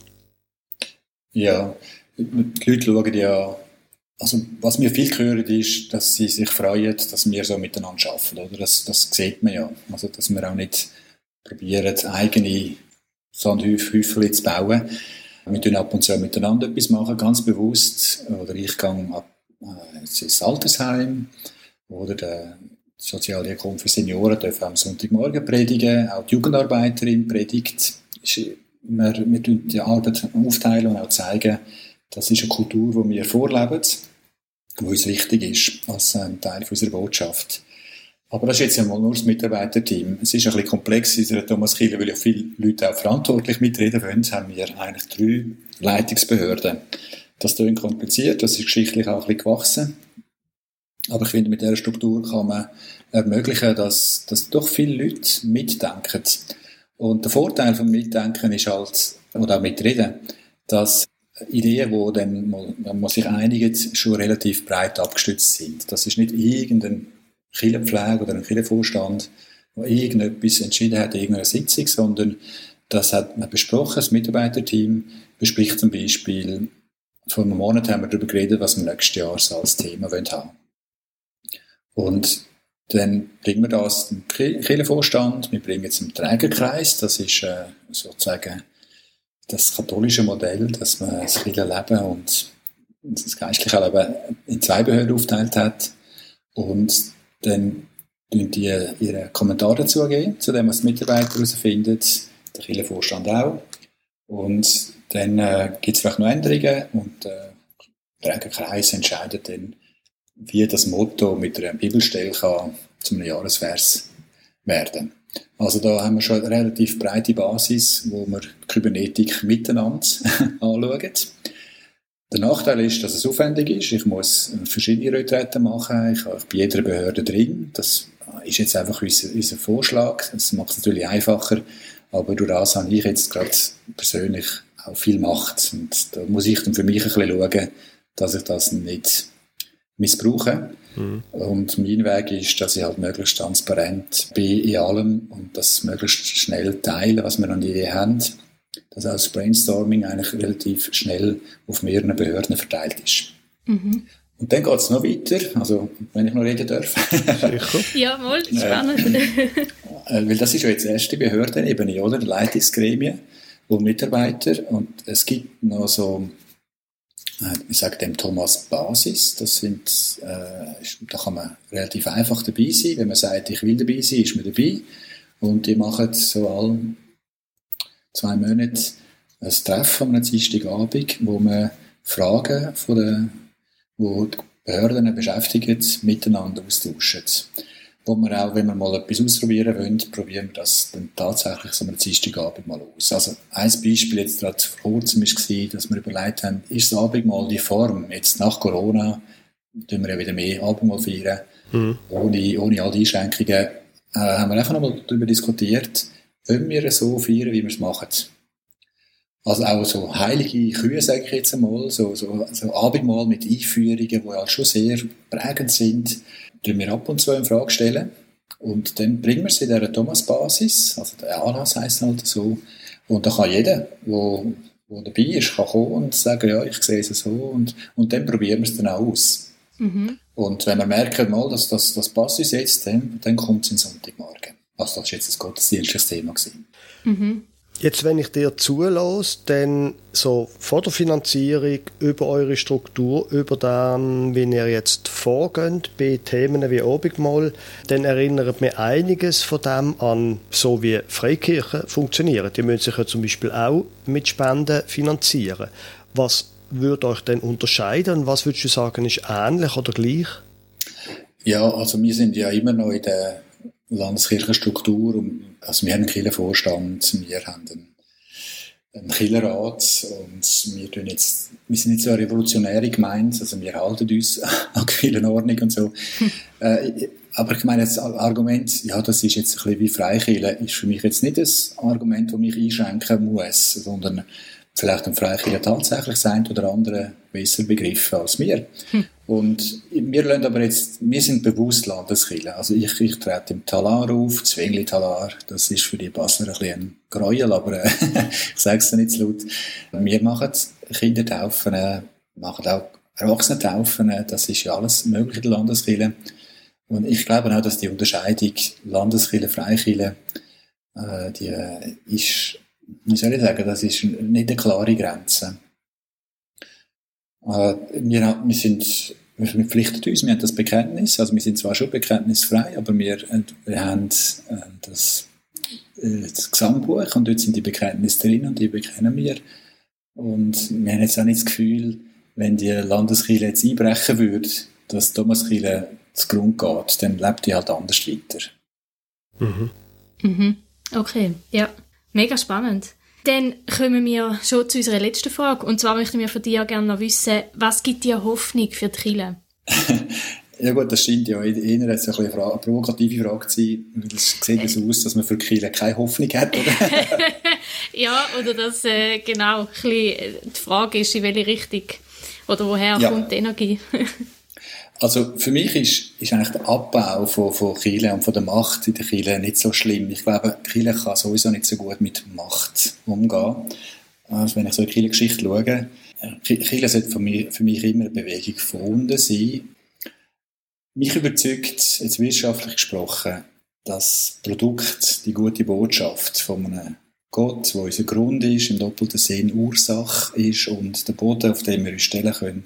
Ja, die Leute schauen ja, also was mir viel gehört ist, dass sie sich freuen, dass wir so miteinander arbeiten, oder? Das sieht man ja. Also, dass wir auch nicht probieren, eigene Sandhäufchen zu bauen. Wir tun ab und zu miteinander etwas machen, ganz bewusst. Oder ich gehe ins Altersheim oder der Sozialdiakon für Senioren darf am Sonntagmorgen predigen, auch die Jugendarbeiterin predigt. Wir tun die Arbeit aufteilen und auch zeigen, das ist eine Kultur, die wir vorleben, die uns wichtig ist als ein Teil unserer Botschaft. Aber das ist jetzt einmal nur das Mitarbeiterteam. Es ist ein bisschen komplex in unserer Thomaskirche, weil ja viele Leute auch verantwortlich mitreden wollen, haben wir eigentlich 3 Leitungsbehörden. Das klingt kompliziert, das ist geschichtlich auch ein bisschen gewachsen. Aber ich finde, mit dieser Struktur kann man ermöglichen, dass doch viele Leute mitdenken. Und der Vorteil vom Mitdenken ist halt, oder auch mitreden, dass Ideen, die dann, wenn man sich einigt, schon relativ breit abgestützt sind. Das ist nicht irgendein Kirchenpflege oder ein Kirchenvorstand, der irgendetwas entschieden hat in irgendeiner Sitzung, sondern das hat man besprochen, das Mitarbeiterteam bespricht zum Beispiel, vor einem Monat haben wir darüber geredet, was wir nächstes Jahr so als Thema haben wollen. Und dann bringen wir das zum Kirchenvorstand, wir bringen es zum Trägerkreis, das ist sozusagen das katholische Modell, dass man das Kirchenleben und das geistliche Leben in 2 Behörden aufgeteilt hat. Und dann tun die ihre Kommentare dazu geben, zu dem, was die Mitarbeiter herausfinden, der Kirchenvorstand auch. Und dann gibt es vielleicht noch Änderungen und der Trägerkreis entscheidet dann, wie das Motto mit einer Bibelstelle kann zu einem Jahresvers werden. Also da haben wir schon eine relativ breite Basis, wo wir Kybernetik miteinander anschauen. Der Nachteil ist, dass es aufwendig ist. Ich muss verschiedene Retreten machen. Ich habe bei jeder Behörde drin. Das ist jetzt einfach unser Vorschlag. Das macht es natürlich einfacher. Aber durch das habe ich jetzt gerade persönlich auch viel Macht. Und da muss ich dann für mich ein bisschen schauen, dass ich das nicht missbrauche. Und mein Weg ist, dass ich halt möglichst transparent bin in allem und das möglichst schnell teile, was wir an Ideen haben. Dass auch das Brainstorming eigentlich relativ schnell auf mehreren Behörden verteilt ist. Und dann geht es noch weiter, also wenn ich noch reden darf. Sicher. Ja, mal, spannend. Weil das ist ja jetzt die erste Behördenebene, oder? Leitungsgremien und Mitarbeiter. Und es gibt noch so, ich sage dem Thomas Basis, das sind, da kann man relativ einfach dabei sein. Wenn man sagt, ich will dabei sein, ist man dabei. Und die machen so alle 2 Monate ein Treffen am Dienstagabend, wo man Fragen wo die Behörden beschäftigen, miteinander austauschen. Wo wir auch, wenn wir mal etwas ausprobieren wollen, probieren wir das dann tatsächlich so am Dienstagabend mal aus. Also ein Beispiel jetzt gerade vor kurzem war, dass wir überlegt haben, ist das Abendmahl die Form? Jetzt nach Corona tun wir ja wieder mehr Abendmahl feiern, ohne all die Einschränkungen. Haben wir einfach nochmal darüber diskutiert, wollen wir so feiern, wie wir es machen. Also auch so heilige Kühe, sage ich jetzt einmal, so Abendmahl mit Einführungen, die halt schon sehr prägend sind, die wir ab und zu in Frage stellen. Und dann bringen wir sie in dieser Thomas-Basis, also der Anlass heisst halt so. Und da kann jeder, der dabei ist, kann kommen und sagen, ja, ich sehe es so. Und dann probieren wir es dann auch aus. Mhm. Und wenn wir merken, mal, dass das passt uns jetzt, dann kommt es in Sonntagmorgen. Also das war jetzt das gottesdienstliches Thema gewesen. Mhm. Jetzt, wenn ich dir zulasse, dann so von der Finanzierung über eure Struktur, über dann, wie ihr jetzt vorgeht, bei Themen wie Abendmahl, dann erinnert mir einiges von dem an, so wie Freikirchen funktionieren. Die müssen sich ja zum Beispiel auch mit Spenden finanzieren. Was würde euch denn unterscheiden und was würdest du sagen, ist ähnlich oder gleich? Ja, also wir sind ja immer noch in der Landeskirchenstruktur. Also wir haben einen Kirchenvorstand, wir haben einen Kirchenrat und wir sind nicht so eine revolutionäre Gemeinde, also wir halten uns an Kirchenordnung und so. Aber ich meine, das Argument, ja, das ist jetzt ein bisschen wie Freikirche, ist für mich jetzt nicht das Argument, das mich einschränken muss, sondern vielleicht ein Freikirche tatsächlich das eine oder andere besser begriffen als wir. Und wir sind bewusst Landeskirche. Also ich trete im Talar auf, Zwingli-Talar, das ist für die Basler ein bisschen ein Gräuel, aber ich sage es nicht zu laut. Wir machen Kindertaufen, machen auch Erwachsenentaufen, das ist ja alles möglich in der Landeskirche. Und ich glaube auch, dass die Unterscheidung Landeskirche, Freikirche, die ist, wie soll ich sagen, das ist nicht eine klare Grenze. Wir verpflichten uns, wir haben das Bekenntnis, also wir sind zwar schon bekenntnisfrei, aber wir haben das Gesangbuch und dort sind die Bekenntnisse drin und die bekennen wir. Und wir haben jetzt auch nicht das Gefühl, wenn die Landeskirche jetzt einbrechen würde, dass Thomaskirche zu Grund geht, dann lebt die halt anders weiter. Mhm. Mhm. Okay, ja. Mega spannend. Dann kommen wir schon zu unserer letzten Frage. Und zwar möchten wir von dir gerne noch wissen, was gibt dir Hoffnung für die Kirche? Ja gut, das scheint ja eher jetzt eine provokative Frage zu sein. Es sieht so aus, dass man für die Kirche keine Hoffnung hat, oder? Ja, oder dass genau ein bisschen die Frage ist, in welche Richtung oder woher kommt die Energie? Also für mich ist eigentlich der Abbau von Kirche und von der Macht in der Kirche nicht so schlimm. Ich glaube, die Kirche kann sowieso nicht so gut mit Macht umgehen. Also wenn ich so in die Kirchengeschichte schaue, Kirche sollte für mich immer eine Bewegung von unten sein. Mich überzeugt, jetzt wissenschaftlich gesprochen, das Produkt, die gute Botschaft von einem Gott, der unser Grund ist, im doppelten Sinn Ursache ist und der Boden, auf dem wir uns stellen können,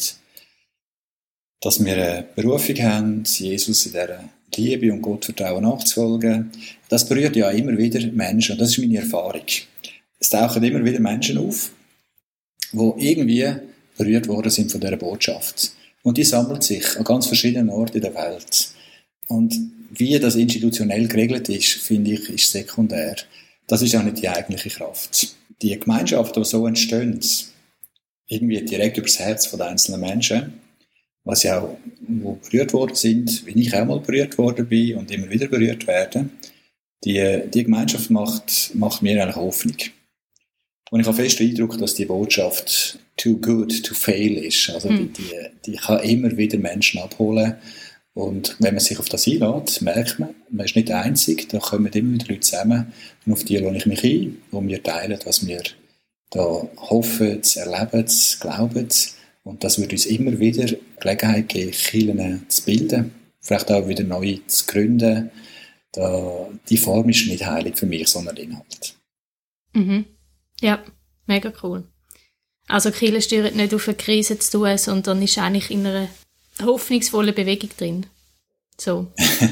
dass wir eine Berufung haben, Jesus in dieser Liebe und Gottvertrauen nachzufolgen. Das berührt ja immer wieder Menschen und das ist meine Erfahrung. Es tauchen immer wieder Menschen auf, die irgendwie berührt worden sind von dieser Botschaft. Und die sammeln sich an ganz verschiedenen Orten in der Welt. Und wie das institutionell geregelt ist, finde ich, ist sekundär. Das ist auch nicht die eigentliche Kraft. Die Gemeinschaften, die so entstehen, irgendwie direkt übers Herz der einzelnen Menschen, was ja auch wo berührt worden sind, wie ich auch mal berührt worden bin und immer wieder berührt werde, die Gemeinschaft macht mir eigentlich Hoffnung. Und ich habe fest den Eindruck, dass die Botschaft too good to fail ist. Also die kann immer wieder Menschen abholen. Und wenn man sich auf das einlässt, merkt man ist nicht einzig, da kommen immer wieder Leute zusammen und auf die lasse ich mich ein und wir teilen, was wir da hoffen, erleben, glauben. Und das wird uns immer wieder Gelegenheit geben, Kirchen zu bilden, vielleicht auch wieder neu zu gründen. Die Form ist nicht heilig für mich, sondern Inhalt. Mhm. Ja, mega cool. Also Kirche steuert nicht auf eine Krise zu tun, sondern ist eigentlich in einer hoffnungsvollen Bewegung drin. So.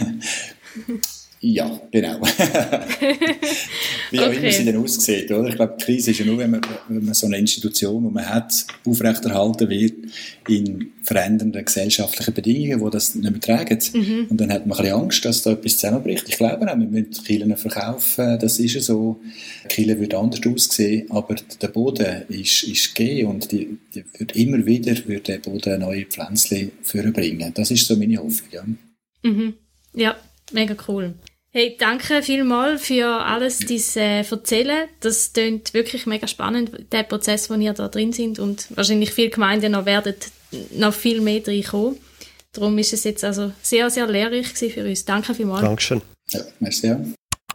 Ja, genau. Wie auch immer sie denn aussieht, oder? Ich glaube, die Krise ist ja nur, wenn man so eine Institution, die man hat, aufrechterhalten wird in verändernden gesellschaftlichen Bedingungen, die das nicht mehr tragen. Mhm. Und dann hat man ein bisschen Angst, dass da etwas zusammenbricht. Ich glaube auch, wir müssen die Kirchen verkaufen, das ist ja so. Die Kirche wird anders aussehen, aber der Boden ist gegeben und die wird immer wieder der Boden neue Pflänzchen vorbringen. Das ist so meine Hoffnung. Ja, mhm. Ja, mega cool. Hey, danke vielmals für alles dein Erzählen. Das klingt wirklich mega spannend, der Prozess, wo ihr da drin sind und wahrscheinlich viele Gemeinden noch werden noch viel mehr reinkommen. Darum ist es jetzt also sehr, sehr lehrreich für uns. Danke vielmals. Dankeschön. Ja, merci. Ja.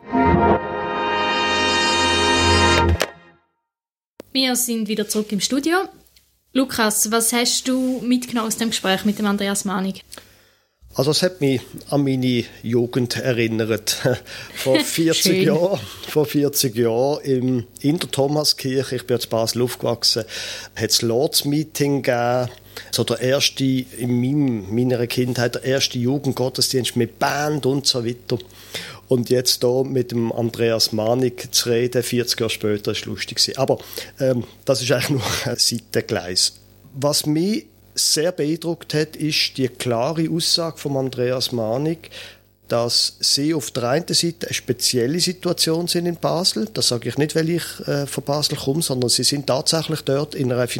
Wir sind wieder zurück im Studio. Lukas, was hast du mitgenommen aus dem Gespräch mit dem Andreas Manig? Also es hat mich an meine Jugend erinnert. Vor 40 Jahren in der Thomaskirche, ich bin in Basel aufgewachsen, hat es Lords-Meeting gegeben. So der erste, in meiner Kindheit, der erste Jugendgottesdienst mit Band und so weiter. Und jetzt hier mit dem Andreas Manig zu reden, 40 Jahre später, ist lustig. Aber das ist eigentlich nur ein Seitengleis. Was mich sehr beeindruckt hat, ist die klare Aussage von Andreas Manig, dass sie auf der einen Seite eine spezielle Situation sind in Basel. Das sage ich nicht, weil ich von Basel komme, sondern sie sind tatsächlich dort in einer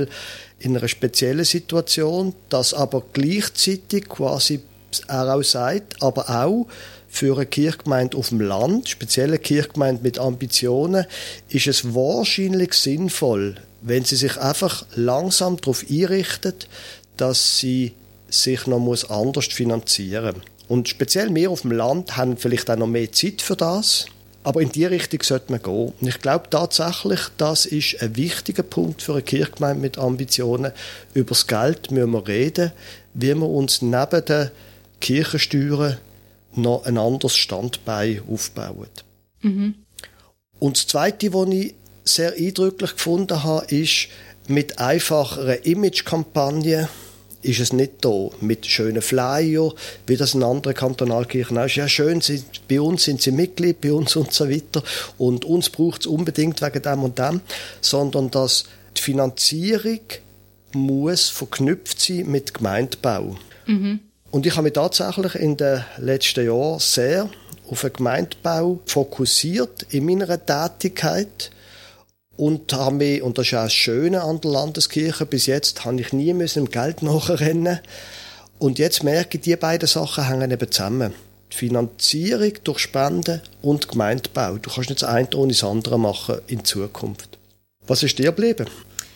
speziellen Situation, dass aber gleichzeitig quasi er auch sagt, aber auch für eine Kirchgemeinde auf dem Land, speziell eine Kirchgemeinde mit Ambitionen, ist es wahrscheinlich sinnvoll, wenn sie sich einfach langsam darauf einrichtet, dass sie sich noch anders finanzieren muss. Und speziell wir auf dem Land haben vielleicht auch noch mehr Zeit für das, aber in die Richtung sollte man gehen. Und ich glaube tatsächlich, das ist ein wichtiger Punkt für eine Kirchgemeinde mit Ambitionen. Über das Geld müssen wir reden, wie wir uns neben den Kirchensteuern noch ein anderes Standbein aufbauen. Mhm. Und das Zweite, was ich sehr eindrücklich gefunden habe, ist, mit einfacher Imagekampagne ist es nicht da. Mit schönen Flyer, wie das in anderen Kantonalkirchen auch ist. Ja, schön, bei uns sind sie Mitglied, bei uns und so weiter. Und uns braucht es unbedingt wegen dem und dem. Sondern dass die Finanzierung muss verknüpft sein mit Gemeindebau. Mhm. Und ich habe mich tatsächlich in den letzten Jahren sehr auf den Gemeindebau fokussiert in meiner Tätigkeit. Und das ist auch das Schöne an der Landeskirche, bis jetzt habe ich nie im Geld nachrennen. Und jetzt merke ich, die beiden Sachen hängen eben zusammen. Die Finanzierung durch Spenden und Gemeindebau. Du kannst nicht das eine ohne das andere machen in Zukunft. Was ist dir geblieben?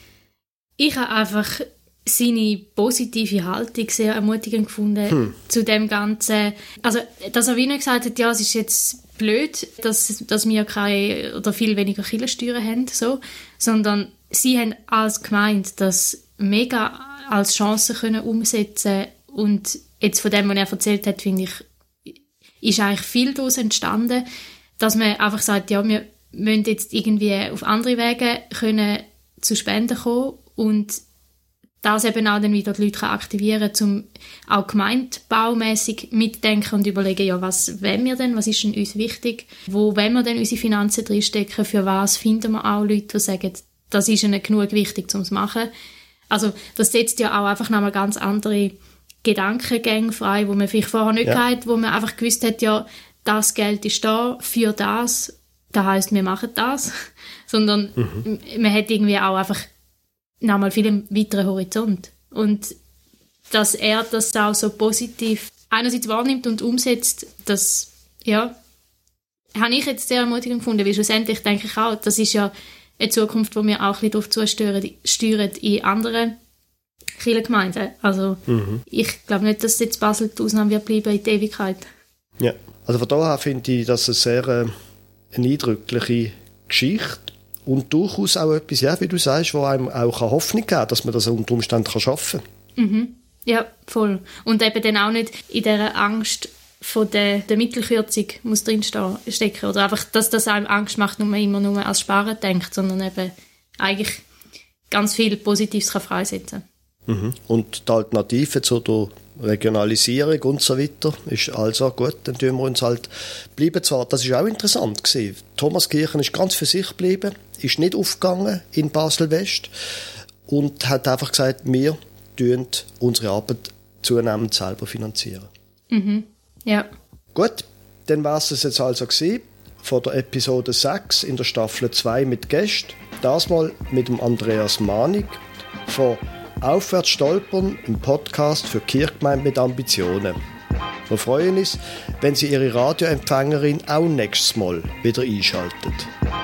Ich habe einfach seine positive Haltung sehr ermutigend gefunden zu dem Ganzen. Also, dass er wie nicht gesagt hat, ja, es ist jetzt blöd, dass wir keine oder viel weniger Kirchensteuern haben, so, sondern sie haben als Gemeinde das mega als Chance können umsetzen und jetzt von dem, was er erzählt hat, finde ich, ist eigentlich viel daraus entstanden, dass man einfach sagt, ja, wir müssen jetzt irgendwie auf andere Wege können zu Spenden kommen und das eben auch dann wieder die Leute aktivieren kann, um auch gemeindebaumässig mitdenken und überlegen, ja, was wollen wir denn, was ist denn uns wichtig, wo wollen wir denn unsere Finanzen drinstecken, für was finden wir auch Leute, die sagen, das ist ihnen genug wichtig, um es zu machen. Also das setzt ja auch einfach nochmal ganz andere Gedankengänge frei, wo man vielleicht vorher nicht hatte, wo man einfach gewusst hat, ja, das Geld ist da für das heisst, wir machen das, sondern man hat irgendwie auch einfach nochmal viel weiteren Horizont. Und dass er das auch so positiv einerseits wahrnimmt und umsetzt, das, ja, habe ich jetzt sehr ermutigend gefunden, weil schlussendlich denke ich auch, das ist ja eine Zukunft, wo wir auch ein bisschen darauf zusteuern in anderen Kirchengemeinden. Also ich glaube nicht, dass jetzt Basel die Ausnahme wird bleiben in die Ewigkeit. Ja, also von daher finde ich das eine sehr eine eindrückliche Geschichte. Und durchaus auch etwas, ja, wie du sagst, wo einem auch Hoffnung geben kann, dass man das unter Umständen schaffen kann. Mhm. Ja, voll. Und eben dann auch nicht in dieser Angst von der Mittelkürzung muss drinstecken. Oder einfach, dass das einem Angst macht, wenn man immer nur als Sparen denkt, sondern eben eigentlich ganz viel Positives kann freisetzen. Mhm. Und die Alternative zu der Regionalisierung und so weiter ist also gut, dann tun wir uns halt bleiben. Zwar, das ist auch interessant gewesen. Thomaskirchen ist ganz für sich geblieben, ist nicht aufgegangen in Basel-West und hat einfach gesagt, wir tun unsere Arbeit zunehmend selber finanzieren. Mhm. Ja. Gut, dann war es jetzt also gewesen, von der Episode 6 in der Staffel 2 mit Gästen. Das mal mit dem Andreas Manig von Aufwärts stolpern, im Podcast für Kirchgemeinden mit Ambitionen. Wir freuen uns, wenn Sie Ihre Radioempfängerin auch nächstes Mal wieder einschalten.